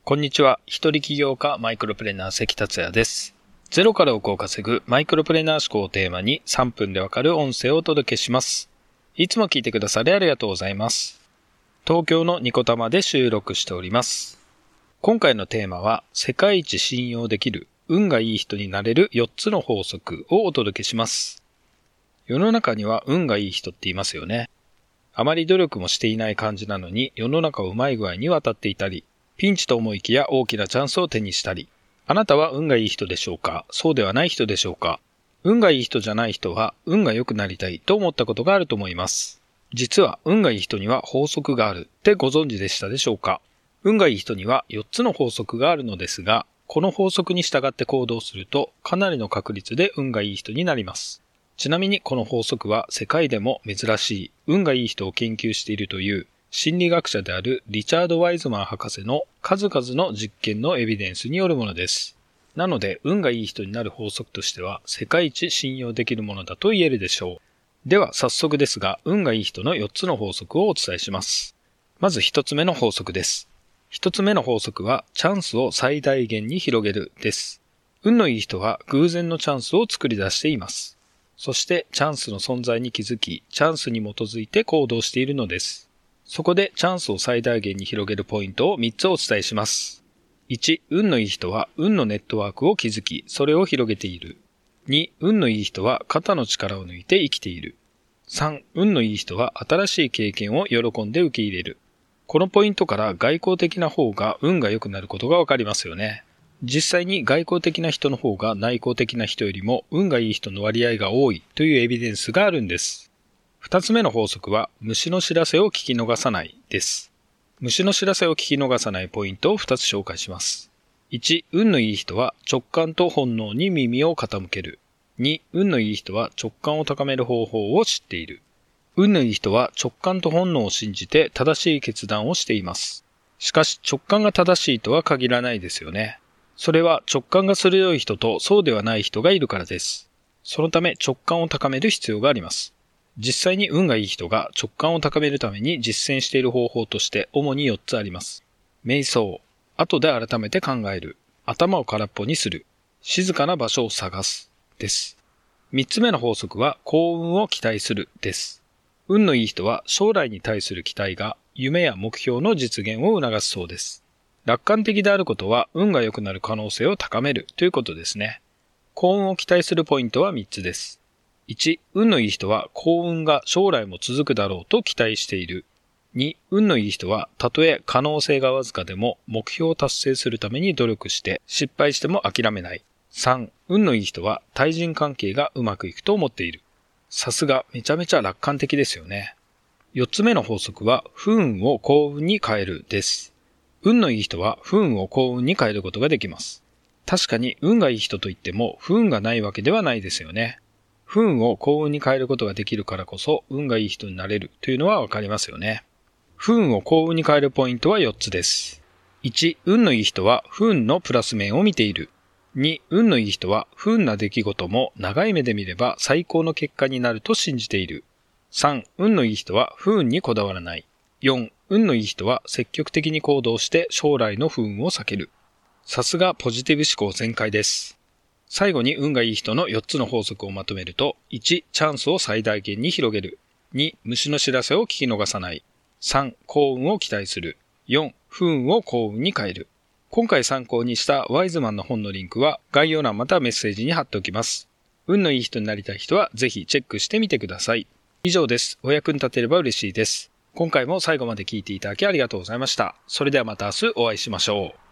こんにちは。一人起業家マイクロプレーナー関達也です。ゼロから億を稼ぐマイクロプレーナー思考をテーマに3分でわかる音声をお届けします。いつも聞いてくださりありがとうございます。東京のニコタマで収録しております。今回のテーマは世界一信用できる運がいい人になれる4つの法則をお届けします。世の中には運がいい人っていますよね。あまり努力もしていない感じなのに世の中をうまい具合に渡っていたり、ピンチと思いきや大きなチャンスを手にしたり、あなたは運がいい人でしょうか？そうではない人でしょうか？運がいい人じゃない人は運が良くなりたいと思ったことがあると思います。実は運がいい人には法則があるってご存知でしたでしょうか？運がいい人には4つの法則があるのですが、この法則に従って行動するとかなりの確率で運がいい人になります。ちなみにこの法則は世界でも珍しい運がいい人を研究しているという心理学者であるリチャード・ワイズマン博士の数々の実験のエビデンスによるものです。なので運がいい人になる法則としては世界一信用できるものだと言えるでしょう。では早速ですが運がいい人の4つの法則をお伝えします。まず1つ目の法則です。1つ目の法則はチャンスを最大限に広げるです。運のいい人は偶然のチャンスを作り出しています。そしてチャンスの存在に気づき、チャンスに基づいて行動しているのです。そこでチャンスを最大限に広げるポイントを3つお伝えします。1、運のいい人は運のネットワークを築き、それを広げている。2、運のいい人は肩の力を抜いて生きている。3、運のいい人は新しい経験を喜んで受け入れる。このポイントから外交的な方が運が良くなることがわかりますよね。実際に外交的な人の方が内向的な人よりも運がいい人の割合が多いというエビデンスがあるんです。二つ目の法則は虫の知らせを聞き逃さないです。虫の知らせを聞き逃さないポイントを2つ紹介します。1、運のいい人は直感と本能に耳を傾ける。2、運のいい人は直感を高める方法を知っている。運のいい人は直感と本能を信じて正しい決断をしています。しかし直感が正しいとは限らないですよね。それは直感が鋭い人とそうではない人がいるからです。そのため直感を高める必要があります。実際に運がいい人が直感を高めるために実践している方法として主に4つあります。瞑想、後で改めて考える、頭を空っぽにする、静かな場所を探す、です。3つ目の法則は幸運を期待する、です。運のいい人は将来に対する期待が夢や目標の実現を促すそうです。楽観的であることは運が良くなる可能性を高めるということですね。幸運を期待するポイントは3つです。1、運のいい人は幸運が将来も続くだろうと期待している。2、運のいい人はたとえ可能性がわずかでも目標を達成するために努力して失敗しても諦めない。3、運のいい人は対人関係がうまくいくと思っている。さすがめちゃめちゃ楽観的ですよね。4つ目の法則は不運を幸運に変えるです。運のいい人は不運を幸運に変えることができます。確かに運がいい人といっても不運がないわけではないですよね。不運を幸運に変えることができるからこそ運がいい人になれるというのはわかりますよね。不運を幸運に変えるポイントは4つです。1、運のいい人は不運のプラス面を見ている。2、運のいい人は不運な出来事も長い目で見れば最高の結果になると信じている。3、運のいい人は不運にこだわらない。4、運のいい人は積極的に行動して将来の不運を避ける。さすがポジティブ思考全開です。最後に運がいい人の4つの法則をまとめると、1、チャンスを最大限に広げる。2、虫の知らせを聞き逃さない。3、幸運を期待する。4、不運を幸運に変える。今回参考にしたワイズマンの本のリンクは概要欄またメッセージに貼っておきます。運のいい人になりたい人はぜひチェックしてみてください。以上です。お役に立てれば嬉しいです。今回も最後まで聞いていただきありがとうございました。それではまた明日お会いしましょう。